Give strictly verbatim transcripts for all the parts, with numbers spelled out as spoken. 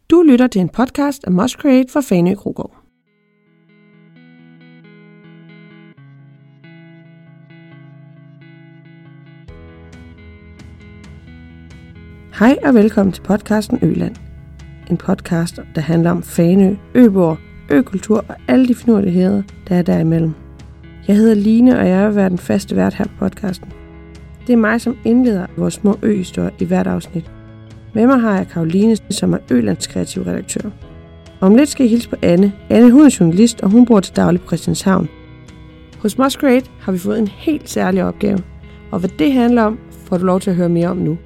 Du lytter til en podcast af Must Create for Fanø Krogård. Hej og velkommen til podcasten Øland. En podcast, der handler om Fanø, øboer, økultur og alle de finurligheder, der er derimellem. Jeg hedder Line, og jeg vil være den faste vært her på podcasten. Det er mig, som indleder vores små øhistorier i hvert afsnit. Med mig har jeg Karoline, som er Ølands kreative redaktør. Om lidt skal jeg hilse på Anne. Anne, hun er journalist, og hun bor til daglig på Christianshavn. Hos Must Create har vi fået en helt særlig opgave, og hvad det handler om, får du lov til at høre mere om nu.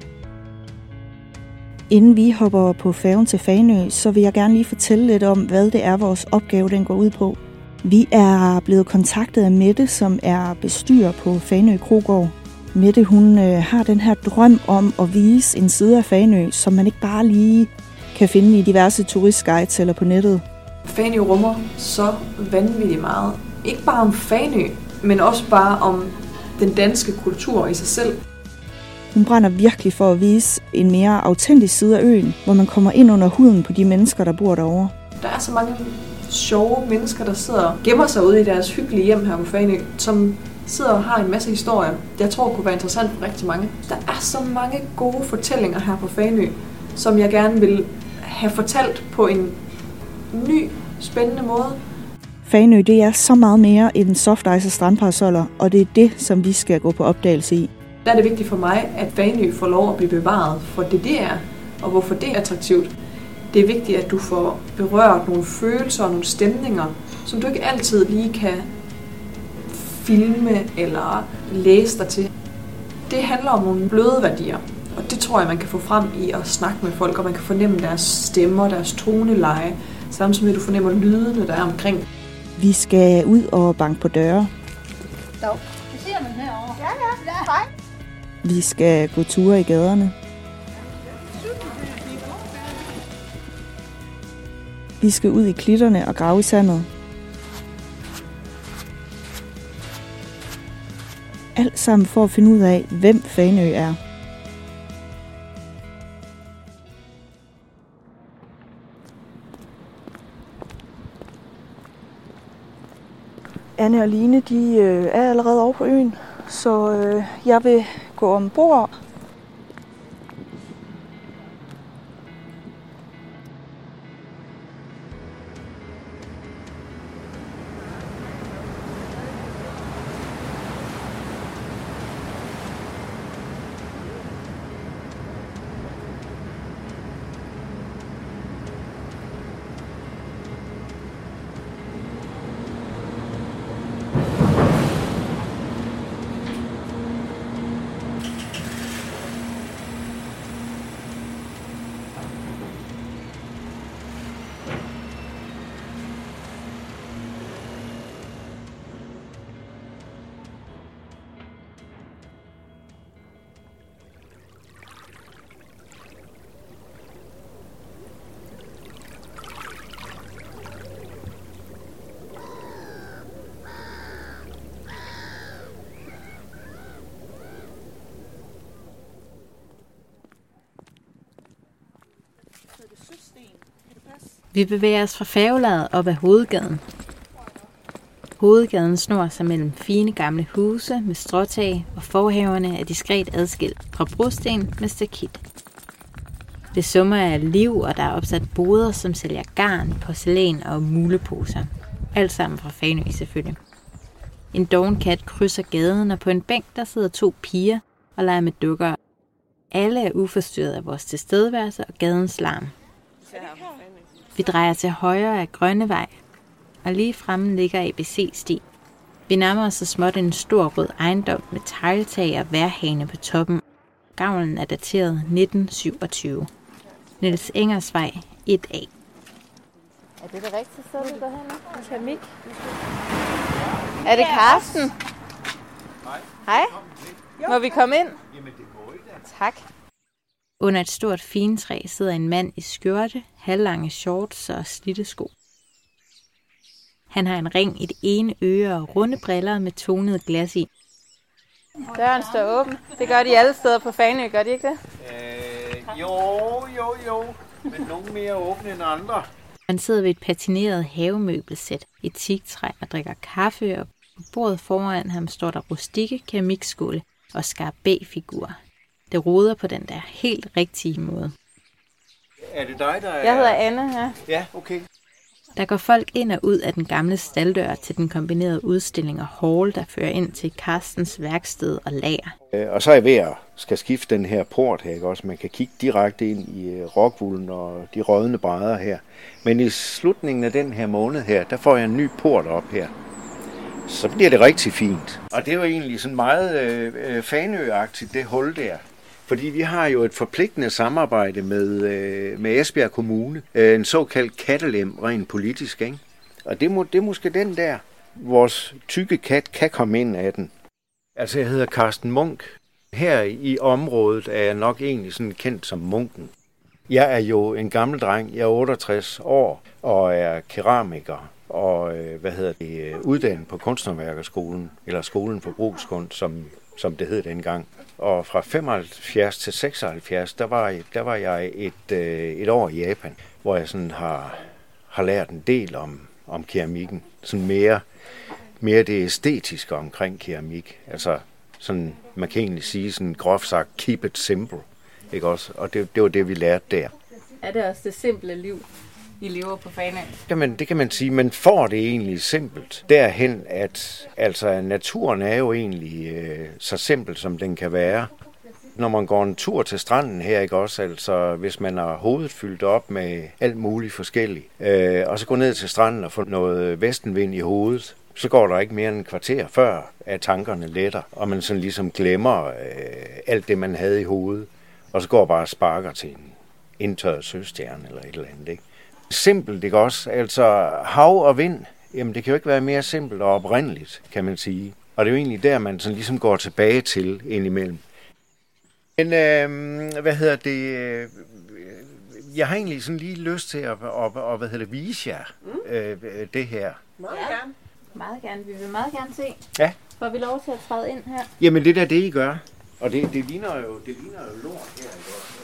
Inden vi hopper på færgen til Fanø, så vil jeg gerne lige fortælle lidt om, hvad det er, vores opgave den går ud på. Vi er blevet kontaktet af Mette, som er bestyrer på Fanø Krogård. Mette, hun øh, har den her drøm om at vise en side af Fanø, som man ikke bare lige kan finde i diverse turistguides eller på nettet. Fanø rummer så vanvittigt meget. Ikke bare om Fanø, men også bare om den danske kultur i sig selv. Hun brænder virkelig for at vise en mere autentisk side af øen, hvor man kommer ind under huden på de mennesker, der bor derovre. Der er så mange sjove mennesker, der sidder og gemmer sig ude i deres hyggelige hjem her på Fanø, som sidder og har en masse historier, jeg tror kunne være interessant for rigtig mange. Der er så mange gode fortællinger her på Fanø, som jeg gerne vil have fortalt på en ny, spændende måde. Fanø, det er så meget mere end soft ice og strandparasoller, og det er det, som vi skal gå på opdagelse i. Der er det vigtigt for mig, at Fanø får lov at blive bevaret for det, det er, og hvorfor det er attraktivt. Det er vigtigt, at du får berørt nogle følelser og nogle stemninger, som du ikke altid lige kan filme eller læse dig til. Det handler om nogle bløde værdier, og det tror jeg, man kan få frem i at snakke med folk, og man kan fornemme deres stemmer, deres toneleje, samtidig med, at du fornemmer lydene, der er omkring. Vi skal ud og banke på døre. Så, det ser man herovre. Ja, ja, ja. Hej. Vi skal gå ture i gaderne. Vi skal ud i klitterne og grave i sandet. Alt sammen for at finde ud af, hvem Fanø er. Anne og Line, de øh, er allerede over på øen, så øh, jeg vil gå ombord. Vi bevæger os fra færgelaget op ad hovedgaden. Hovedgaden snor sig mellem fine gamle huse med stråtag, og forhaverne er diskret adskilt fra brosten med stakit. Det summer af liv, og der er opsat boder, som sælger garn, porcelæn og muleposer. Alt sammen fra Fanø selvfølgelig. En doven kat krydser gaden, og på en bænk der sidder to piger og leger med dukker. Alle er uforstyrret af vores tilstedeværelse og gadens larm. Vi drejer til højre af Grønnevej, og lige fremme ligger A B C-sti. Vi nærmer os så småt en stor rød ejendom med tegltag og vejrhane på toppen. Gavlen er dateret nitten syvogtyve. Niels Engersvej et A. Er det det rigtige sted, du går hen? Keramik. Er det Karsten? Hej. Må vi komme ind? Tak. Under et stort fintræ sidder en mand i skjorte, halvlange shorts og slidte sko. Han har en ring i det ene øre og runde briller med tonet glas i. Døren står åben. Det gør de alle steder på Fanø, gør de ikke det? Øh, Jo, jo, jo. Men nogle mere åbne end andre. Man sidder ved et patineret havemøbelsæt i teaktræ og drikker kaffe, og på bordet foran ham står der rustikke keramikskåle og skarabæfigurer. Det roder på den der helt rigtige måde. Er det dig, der er... Jeg hedder Anne, ja. Ja, okay. Der går folk ind og ud af den gamle staldør til den kombinerede udstilling og hall, der fører ind til Carstens værksted og lager. Og så er jeg ved at skal skifte den her port her, ikke også? Man kan kigge direkte ind i rockvulden og de rådne brædder her. Men i slutningen af den her måned her, der får jeg en ny port op her. Så bliver det rigtig fint. Og det er jo egentlig sådan meget øh, Fanø-agtigt, det hul der. Fordi vi har jo et forpligtende samarbejde med, øh, med Esbjerg Kommune. Øh, en såkaldt kattelem, rent politisk, ikke? Og det, må, det er måske den der, vores tykke kat kan komme ind af den. Altså, jeg hedder Carsten Munk. Her i området er jeg nok egentlig sådan kendt som Munken. Jeg er jo en gammel dreng. Jeg er otteogtres år og er keramiker. Og øh, hvad hedder det, uddannet på Kunsthåndværkerskolen, eller Skolen for Brugskunst, som, som det hed dengang. Og fra femoghalvfjerds til seksoghalvfjerds, der var, der var jeg et, øh, et år i Japan, hvor jeg sådan har, har lært en del om, om keramikken. Sådan mere, mere det æstetiske omkring keramik. Altså, sådan, man kan egentlig sige sådan groft sagt, keep it simple. Ikke også? Og det, det var det, vi lærte der. Er det også det simple liv, I lever på Fanø? Jamen, det kan man sige. Man får det egentlig simpelt derhen, at altså, naturen er jo egentlig øh, så simpel, som den kan være. Når man går en tur til stranden her, ikke også? Altså, hvis man har hovedet fyldt op med alt muligt forskelligt, øh, og så går ned til stranden og får noget vestenvind i hovedet, så går der ikke mere end en kvarter før, at tankerne letter, og man sådan ligesom glemmer øh, alt det, man havde i hovedet, og så går bare og sparker til en indtørret søstjerne eller et eller andet, ikke? Simpelt, ikke også? Altså, hav og vind, jamen det kan jo ikke være mere simpelt og oprindeligt, kan man sige. Og det er jo egentlig der, man sådan ligesom går tilbage til indimellem. Men, øh, hvad hedder det... Jeg har egentlig sådan lige lyst til at, at, at hvad hedder det, vise jer mm. øh, det her. Meget ja. gerne. Meget gerne. Vi vil meget gerne se. Ja. Får vi lov til at træde ind her? Jamen, det der, det I gør. Og det, det, ligner, jo, det ligner jo lort her, ikke også?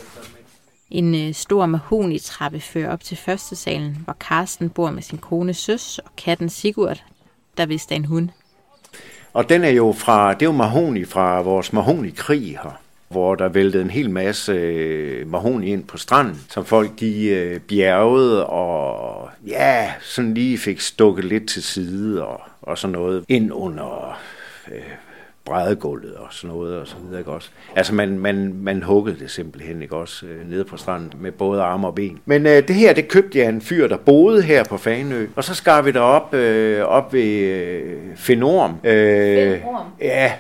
En øh, stor mahognitrappe fører op til første salen, hvor Carsten bor med sin kone Søs og katten Sigurd, der vist er en hund. Og den er jo fra, det er jo mahogni fra vores mahognikrig her, hvor der væltede en hel masse øh, mahogni ind på stranden, som folk de øh, bjergede og ja, sådan lige fik stukket lidt til side og, og sådan noget ind under øh, brædegulvet og sådan noget og så videre, ikke også? Altså man, man, man huggede det simpelthen, ikke også, øh, nede på stranden med både arme og ben. Men øh, det her, det købte jeg en fyr, der boede her på Fanø, og så skar vi derop øh, op ved øh, Finorm. Øh, Finorm? Ja,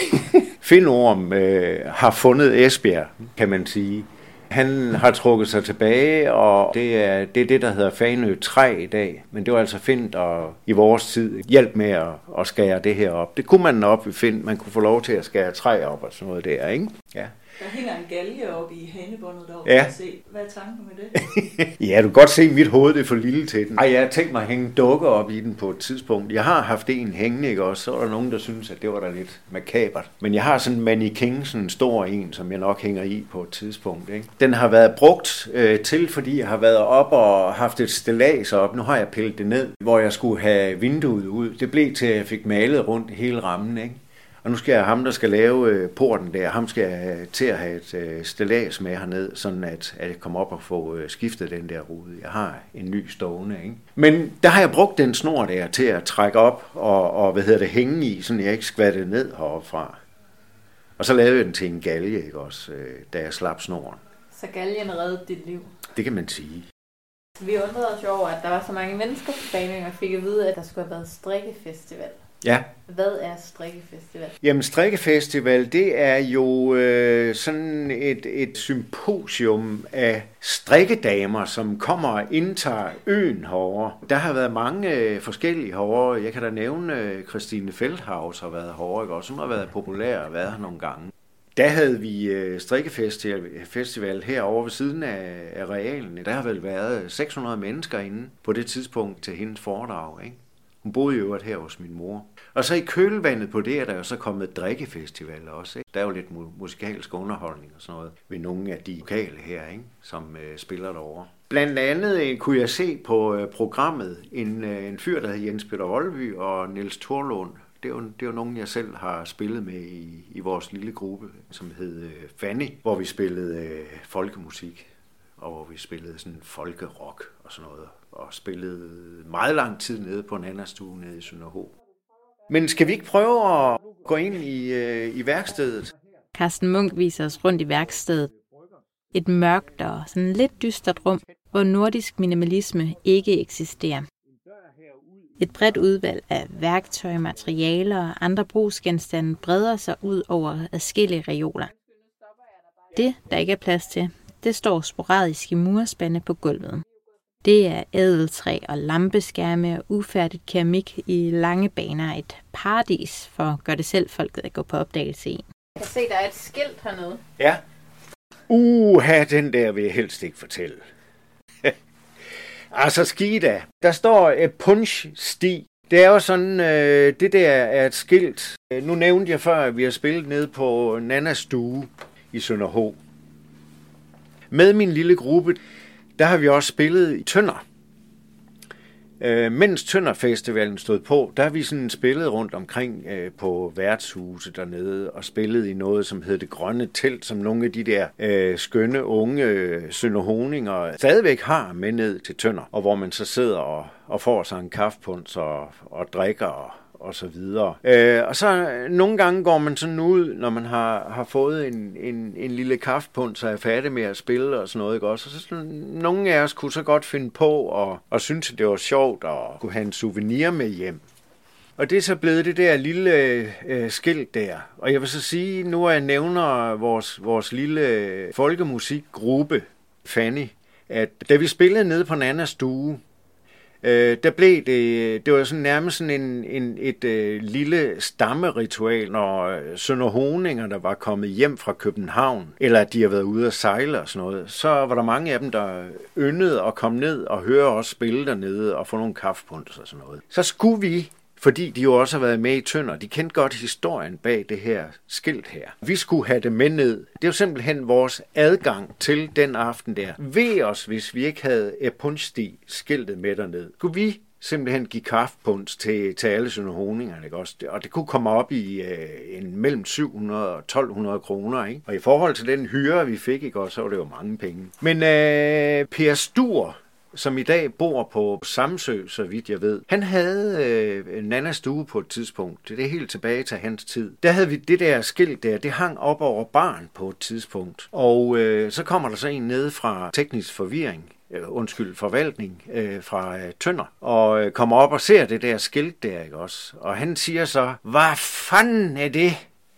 Finorm øh, har fundet Esbjerg, kan man sige. Han har trukket sig tilbage, og det er det, er det der hedder Fanø træ i dag. Men det var altså Finn, og i vores tid hjælp med at, at skære det her op. Det kunne man op i Finn. Man kunne få lov til at skære træ op og sådan noget der, ikke? Ja. Der hænger en galge oppe i hanebåndet deroppe. Ja. Se. Hvad er tanken med det? Ja, du kan godt se, at mit hoved det er for lille til den. Ej, jeg har tænkt mig at hænge dukker op i den på et tidspunkt. Jeg har haft en hængende, ikke også? Så er der nogen, der synes, at det var da lidt makabert. Men jeg har sådan en mannequin, sådan en stor en, som jeg nok hænger i på et tidspunkt, ikke? Den har været brugt øh, til, fordi jeg har været op og haft et stillads op. Nu har jeg pillet det ned, hvor jeg skulle have vinduet ud. Det blev til, at jeg fik malet rundt hele rammen, ikke? Og nu skal jeg ham, der skal lave øh, porten der, ham skal jeg til at have et øh, stillads med herned, sådan at, at jeg kommer op og får øh, skiftet den der rude. Jeg har en ny stående, ikke? Men der har jeg brugt den snor der til at trække op og, og hvad hedder det, hænge i, så jeg ikke skvattede ned heroppe fra. Og så lavede jeg den til en galge, ikke også, øh, da jeg slap snoren. Så galgen reddede dit liv? Det kan man sige. Vi undrede os over, at der var så mange mennesker på Fanø, og fik at vide, at der skulle have været strikkefestival. Ja. Hvad er strikkefestival? Jamen, strikkefestival, det er jo øh, sådan et, et symposium af strikkedamer, som kommer og indtager øen herovre. Der har været mange øh, forskellige herovre. Jeg kan da nævne, øh, Christine Feldhaus har været herovre, ikke? Også, som har været populær og været her nogle gange. Der havde vi øh, strikkefestival festival herovre ved siden af, af realen. Der har vel været seks hundrede mennesker inde på det tidspunkt til hendes foredrag, ikke? Hun boede jo her hos min mor. Og så i kølvandet på det er der jo så kommet drikkefestivaler også. Ikke? Der er jo lidt mu- musikalsk underholdning og sådan noget ved nogle af de lokale her, ikke? Som øh, spiller derovre. Blandt andet øh, kunne jeg se på øh, programmet en, øh, en fyr, der hed Jens Peter Voldby og Niels Thorlund. Det er, jo, det er jo nogen, jeg selv har spillet med i, i vores lille gruppe, som hed øh, Fanny, hvor vi spillede øh, folkemusik, og hvor vi spillede sådan folkerock og sådan noget, og spillede meget lang tid nede på en anden stue nede i Sønderho. Men skal vi ikke prøve at gå ind i, øh, i værkstedet? Carsten Munk viser os rundt i værkstedet. Et mørkt og sådan lidt dystert rum, hvor nordisk minimalisme ikke eksisterer. Et bredt udvalg af værktøj, materialer og andre brugsgenstande breder sig ud over adskillige reoler. Det, der ikke er plads til, det står sporadisk i murspande på gulvet. Det er ædeltræ og lampeskærme og ufærdigt keramik i lange baner. Et paradis for gør det selv folket at gå på opdagelse i. Jeg kan se, der er et skilt hernede. Ja. Uha, den der vil jeg helst ikke fortælle. Altså skida. Der står et punch-sti. Det er jo sådan, øh, det der er et skilt. Nu nævnte jeg før, at vi har spillet nede på Nannas stue i Sønderho. Med min lille gruppe, der har vi også spillet i Tønder. Øh, mens Tønderfestivalen stod på, der har vi sådan spillet rundt omkring øh, på værtshuse dernede, og spillet i noget, som hed Det Grønne Telt, som nogle af de der øh, skønne unge øh, sønderhoninger stadigvæk har med ned til Tønder, og hvor man så sidder og, og får sig en kaffepunds og, og drikker og og så videre. Øh, og så nogle gange går man sådan ud, når man har, har fået en, en, en lille kaffepund, så er færdig med at spille og sådan noget, ikke også? Og så nogle af os kunne så godt finde på og, og synes, at det var sjovt at kunne have en souvenir med hjem. Og det er så blevet det der lille øh, skilt der. Og jeg vil så sige, nu jeg nævner vores, vores lille folkemusikgruppe, Fanny, at da vi spillede nede på Nannas stue, Øh, der blev det, det var sådan nærmest sådan en, en, et øh, lille stammeritual, når sønderhoninger, der var kommet hjem fra København, eller at de har været ude at sejle og sådan noget, så var der mange af dem, der yndede at komme ned og høre os spille dernede og få nogle kaffepunds og sådan noget. Så skulle vi, fordi de jo også har været med i Tønder, de kendte godt historien bag det her skilt her. Vi skulle have det med ned. Det er jo simpelthen vores adgang til den aften der. Ved os, hvis vi ikke havde et punchsti skiltet med derned, skulle vi simpelthen give kaffepunds til, til alle sønderhoningerne, ikke også? Og det kunne komme op i øh, en mellem syv hundrede og tolv hundrede kroner, ikke? Og i forhold til den hyre, vi fik, ikke også, så var det jo mange penge. Men øh, Per Stur, som i dag bor på Samsø, så vidt jeg ved. Han havde øh, Nannas stue på et tidspunkt. Det er helt tilbage til hans tid. Der havde vi det der skilt der, det hang op over baren på et tidspunkt. Og øh, så kommer der så en nede fra teknisk forvirring, øh, undskyld, forvaltning øh, fra øh, Tønder, og øh, kommer op og ser det der skilt der, ikke også? Og han siger så, hvad fanden er det?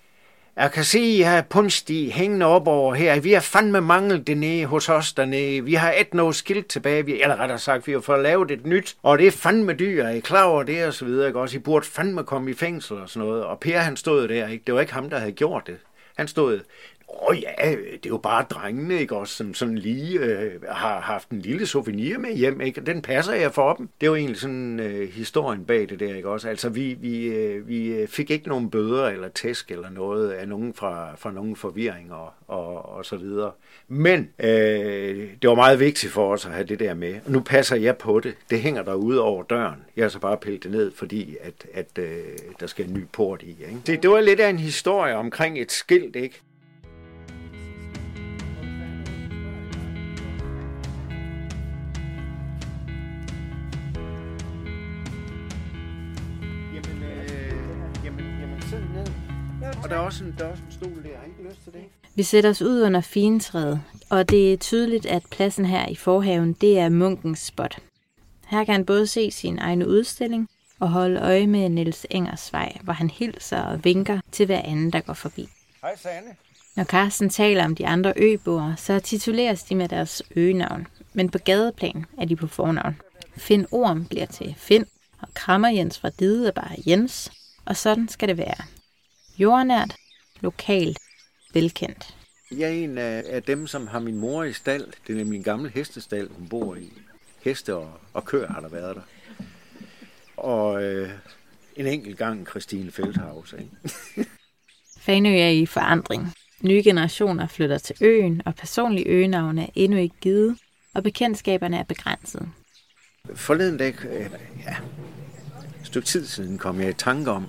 Jeg kan se, at jeg har punchsti hængende op over her. Vi har fandme manglet det nede hos os dernede. Vi har et noget skilt tilbage. Vi, eller rettere sagt, vi har fået lavet et nyt. Og det er fandme dyr. Er I klar over det? Og så videre. Ikke? Også I burde fandme komme i fængsel og sådan noget. Og Per, han stod der. Ikke? Det var ikke ham, der havde gjort det. Han stod... Åh oh ja, det er jo bare drengene, ikke også, som sådan lige øh, har haft en lille souvenir med hjem, ikke? Den passer jeg for dem. Det er jo egentlig sådan øh, historien bag det der, ikke også? Altså, vi, vi, øh, vi fik ikke nogen bøder eller tæsk eller noget af nogen fra, fra nogen forvirring og, og, og så videre. Men øh, det var meget vigtigt for os at have det der med. Og nu passer jeg på det. Det hænger der ude over døren. Jeg har så bare pillet det ned, fordi at, at øh, der skal en ny port i, ikke? Det, det var lidt af en historie omkring et skilt, ikke? Og der er, også en, der er også en stol der. Har I ikke lyst til det? Vi sætter os ud under fintræet, og det er tydeligt, at pladsen her i forhaven, det er Munkens spot. Her kan han både se sin egen udstilling og holde øje med Niels Engers vej, hvor han hilser og vinker til hver anden, der går forbi. Hej, Sanne. Når Carsten taler om de andre øboere, så tituleres de med deres øgenavn, men på gadeplan er de på fornavn. Finn Orm bliver til Finn, og Krammer Jens fra Dide er bare Jens, og sådan skal det være. Jordnært, lokalt, velkendt. Jeg er en af, af dem, som har min mor i stald. Det er min gamle hestestald, hun bor i. Heste og, og køer har der været der. og øh, en enkelt gang Christine Feldhaus. Ikke? Fanø er i forandring. Nye generationer flytter til øen, og personlige øgenavne er endnu ikke givet, og bekendtskaberne er begrænsede. Forleden dag, ja, et stykke tid siden, kom jeg i tanke om,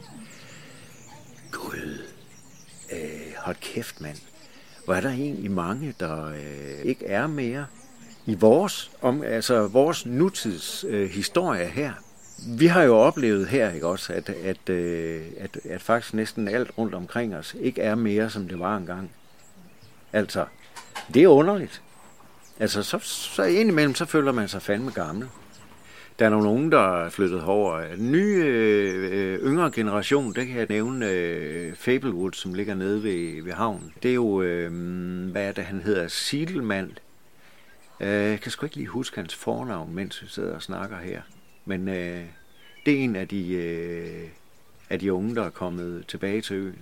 Gud, øh, hold kæft mand, hvor er der egentlig mange, der øh, ikke er mere i vores, om, altså vores nutids øh, historie her. Vi har jo oplevet her, ikke også, at, at, øh, at, at faktisk næsten alt rundt omkring os ikke er mere, som det var engang. Altså, det er underligt. Altså, så, så indimellem, så føler man sig fandme gammel. Der er nogle unge, der er flyttet over. Den nye øh, yngre generation, det kan jeg nævne øh, Fablewood, som ligger nede ved, ved havnen. Det er jo, øh, hvad er det, han hedder, Siedelmann. Øh, jeg kan sgu ikke lige huske hans fornavn, mens vi sidder og snakker her. Men øh, det er en af de, øh, af de unge, der er kommet tilbage til øen.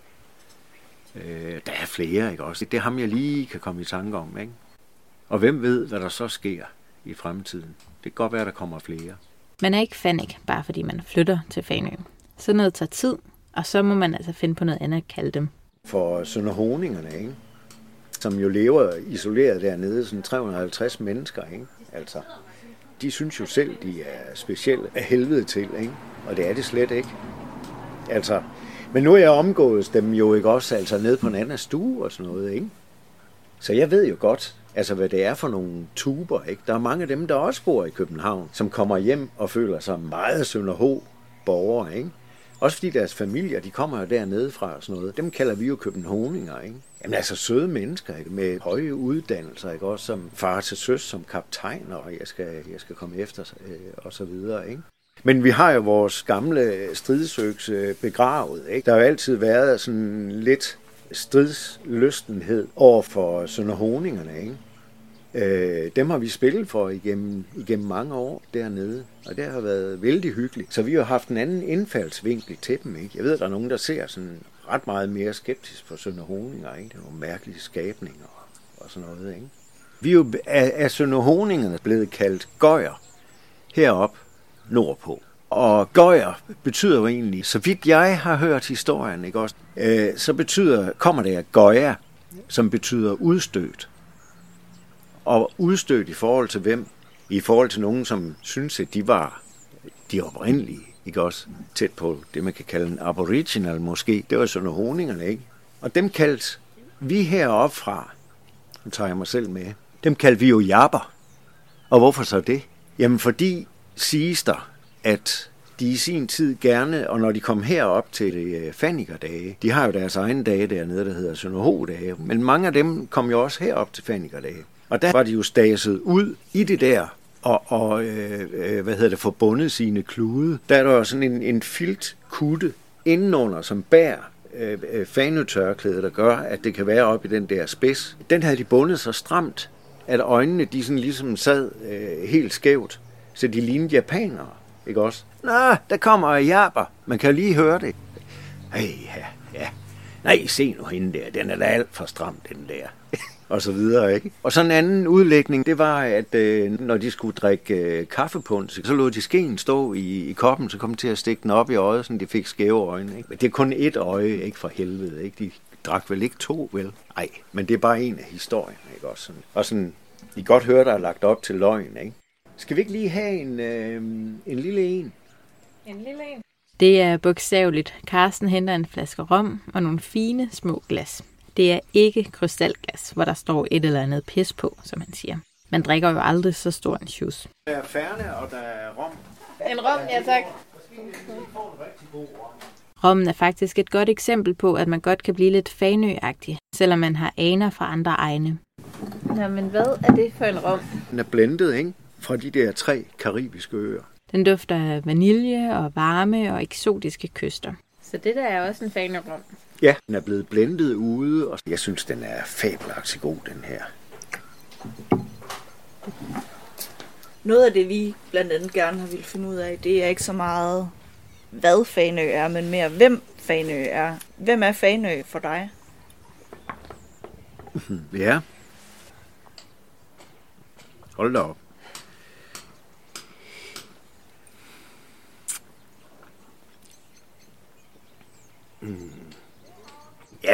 Øh, der er flere, ikke også? Det er ham, jeg lige kan komme i tanke om, ikke? Og hvem ved, hvad der så sker i fremtiden? Det kan godt være, at der kommer flere. Man er ikke fanik, bare fordi man flytter til Fanø. Sådan noget tager tid, og så må man altså finde på noget andet at kalde dem. For sønderhoningerne, ikke? Som jo lever isoleret dernede, sådan tre hundrede og halvtreds mennesker, ikke? Altså, de synes jo selv, de er specielle af helvede til, ikke? Og det er det slet ikke. Altså, men nu er jeg omgået dem jo ikke også, altså nede på en anden stue og sådan noget, ikke? Så jeg ved jo godt, altså hvad det er for nogle tuber, ikke? Der er mange af dem, der også bor i København, som kommer hjem og føler sig meget sønderho-borgere, ikke? Også fordi deres familier, de kommer jo dernede fra og sådan noget. Dem kalder vi jo københavninger, ikke? Jamen altså søde mennesker, ikke? Med høje uddannelser, ikke? Også som far til søs, som kaptajn, og jeg skal, jeg skal komme efter, øh, og så videre, ikke? Men vi har jo vores gamle stridsøks begravet, ikke? Der har jo altid været sådan lidt stridslystenhed over for sønderhoningerne, ikke? Øh, dem har vi spillet for igennem, igennem mange år dernede, og det har været vældig hyggeligt. Så vi har haft en anden indfaldsvinkel til dem, ikke? Jeg ved, at der er nogen, der ser sådan ret meget mere skeptisk på sønderhoninger, ikke? Det er nogle mærkelige skabninger og, og sådan noget, ikke? Vi er jo af, af sønderhoningerne blevet kaldt gøjer herop nordpå. Og gøjer betyder jo egentlig, så vidt jeg har hørt historien, ikke også, øh, så betyder, kommer det af gøja, som betyder udstødt. Og udstødt i forhold til hvem? I forhold til nogen, som synes, at de var de oprindelige, ikke også? Tæt på det, man kan kalde en aboriginal måske. Det var sønderhoningerne, ikke? Og dem kaldte vi heroppe fra, nu tager jeg mig selv med, dem kaldte vi jo jabber. Og hvorfor så det? Jamen fordi siges der, at de i sin tid gerne, og når de kom herop til de fanikerdage, de har jo deres egne dage dernede, der hedder Sønderho-dage, men mange af dem kom jo også herop til fanikerdage. Og der var de jo staset ud i det der, og, og øh, hvad hedder det, forbundet sine klude. Der er der sådan en, en filtkutte indenunder, som bærer øh, fanetørklæde, der gør, at det kan være op i den der spids. Den havde de bundet så stramt, at øjnene de sådan ligesom sad øh, helt skævt, så de lignede japanere, ikke også? Nå, der kommer jabber. Man kan lige høre det. Hey, ja, ja. Nej, se nu hende der. Den er da alt for stram, den der. Og så videre, ikke? Og så en anden udlægning, det var, at øh, når de skulle drikke øh, kaffepunch, så lod de skeen stå i, i koppen, så kom de til at stikke den op i øjet, så de fik skæve øjne, ikke? Men det er kun et øje, ikke, for helvede, ikke? De drak vel ikke to, vel? Nej, men det er bare en af historierne, ikke? Også sådan, og sådan, I godt høre, der er lagt op til løgn, ikke? Skal vi ikke lige have en, øh, en lille en? En lille en? Det er bogstaveligt. Carsten henter en flaske rom og nogle fine små glas. Det er ikke krystalglas, hvor der står et eller andet pis på, som han siger. Man drikker jo aldrig så stor en shoes. Der er færne, og der er rom. En rom, ja tak. Rommen er faktisk et godt eksempel på, at man godt kan blive lidt fanøagtig, selvom man har aner fra andre egne. Nå, men hvad er det for en rom? Den er blendet, ikke? Fra de der tre karibiske øer. Den dufter af vanilje og varme og eksotiske kyster. Så det der er også en fanørom? Ja, den er blevet blendet ude, og jeg synes, den er fabelagtigt god, den her. Noget af det, vi blandt andet gerne har ville finde ud af, det er ikke så meget, hvad Fanø er, men mere, hvem Fanø er. Hvem er Fanø for dig? Ja. Hold da op.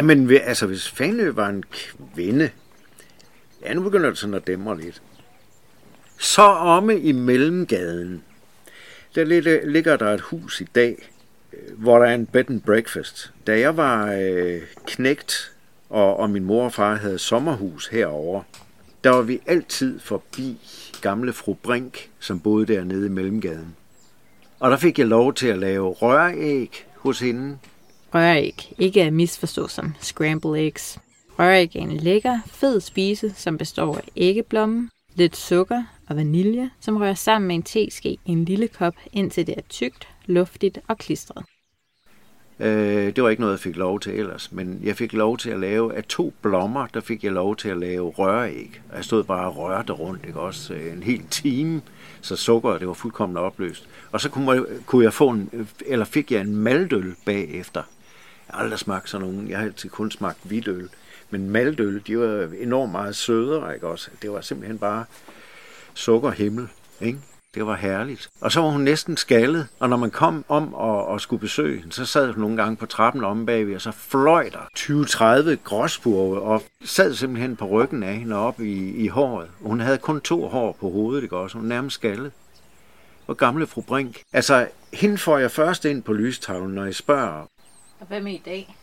Ja, men altså, hvis Fanø var en kvinde, ja, nu begynder det sådan at dæmre lidt. Så omme i Mellemgaden, der ligger der et hus i dag, hvor der er en bed and breakfast. Da jeg var øh, knægt, og, og min mor og far havde sommerhus herovre, der var vi altid forbi gamle fru Brink, som boede dernede i Mellemgaden. Og der fik jeg lov til at lave røræg hos hende. Røræg, ikke at misforstå som scrambled eggs. Røræg er en lækker, fed spise, som består af æggeblomme, lidt sukker og vanilje, som rører sammen med en teske i en lille kop, indtil det er tykt, luftigt og klistret. Øh, det var ikke noget, jeg fik lov til ellers, men jeg fik lov til at lave af to blommer, der fik jeg lov til at lave røræg. Og jeg stod bare og rørte rundt, ikke også, en hel time, så sukkeret, det var fuldkommen opløst. Og så kunne, man, kunne jeg få en, eller fik jeg en maltøl bagefter. Jeg har aldrig smagt sådan nogen, jeg har altid kun smagt hvidøl. Men maltøl, de var enormt meget sødere, ikke også? Det var simpelthen bare sukkerhimmel, ikke? Det var herligt. Og så var hun næsten skaldet, og når man kom om og, og skulle besøge hende, så sad hun nogle gange på trappen omme bagved, og så fløj der tyve tredive gråspurve og sad simpelthen på ryggen af hende op i, i håret. Hun havde kun to hår på hovedet, ikke også? Hun nærmest skaldet. Og gamle fru Brink. Altså, hende får jeg først ind på lystavlen, når jeg spørger. Og hvad med i dag?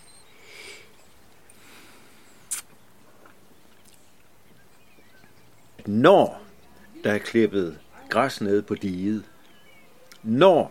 Når der er klippet græs nede på diget, når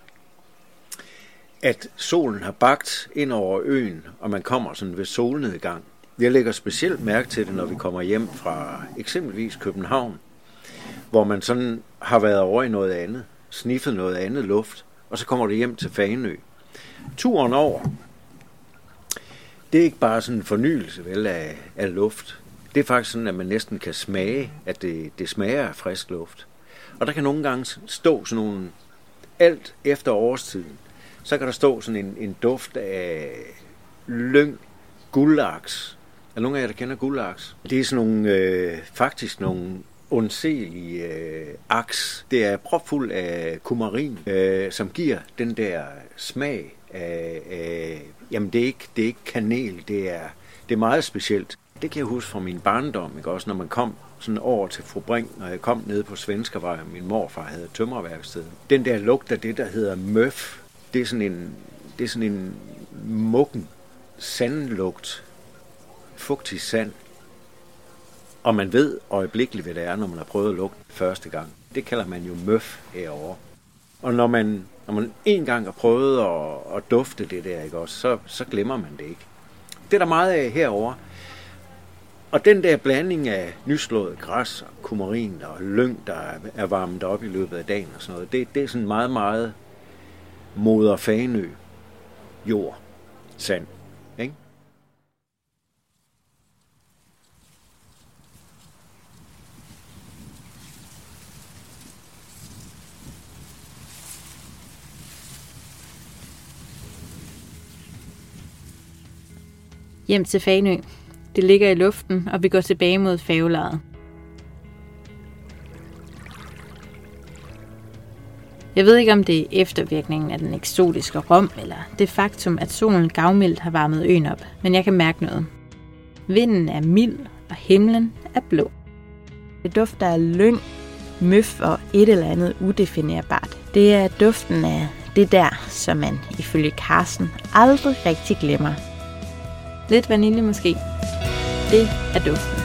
at solen har bagt ind over øen, og man kommer sådan ved solnedgang. Jeg lægger specielt mærke til det, når vi kommer hjem fra eksempelvis København, hvor man sådan har været over i noget andet, sniffet noget andet luft, og så kommer du hjem til Fanø. Turen over, det er ikke bare sådan en fornyelse vel, af, af luft. Det er faktisk sådan, at man næsten kan smage, at det, det smager af frisk luft. Og der kan nogle gange stå sådan nogle, alt efter årstiden, så kan der stå sådan en, en duft af lyng, guldlaks. Er nogle af jer, der kender guldlaks? Det er sådan nogle, øh, faktisk nogle undselige øh, aks. Det er propfuld af kumarin, øh, som giver den der smag af, af jamen det er ikke, det er ikke kanel, det er, det er meget specielt. Det kan jeg huske fra min barndom, ikke også, når man kom sådan over til Fru Brink, når jeg kom ned på Svenskervej, og min morfar havde tømmerværksted. Den der lugt af det, der hedder møf, det er sådan en, det er sådan en muggen sandlugt, fugtig sand. Og man ved øjeblikkeligt, hvad det er, når man har prøvet at lugte første gang. Det kalder man jo møf herovre. Og når man, når man en gang har prøvet at, at dufte det der, ikke også, så, så glemmer man det ikke. Det er der meget af herovre. Og den der blanding af nyslået græs og kumarin og lyng, der er varmet op i løbet af dagen og sådan noget, det, det er sådan meget, meget moder Fanø jord, sand, ikke? Hjem til Fanø. Det ligger i luften, og vi går tilbage mod færgelejet. Jeg ved ikke, om det er eftervirkningen af den eksotiske rom, eller det faktum, at solen gavmildt har varmet øen op, men jeg kan mærke noget. Vinden er mild, og himlen er blå. Det dufter af lyng, møf og et eller andet udefinerbart. Det er duften af det der, som man ifølge Carsten aldrig rigtig glemmer. Lidt vanilje måske. Det er duften.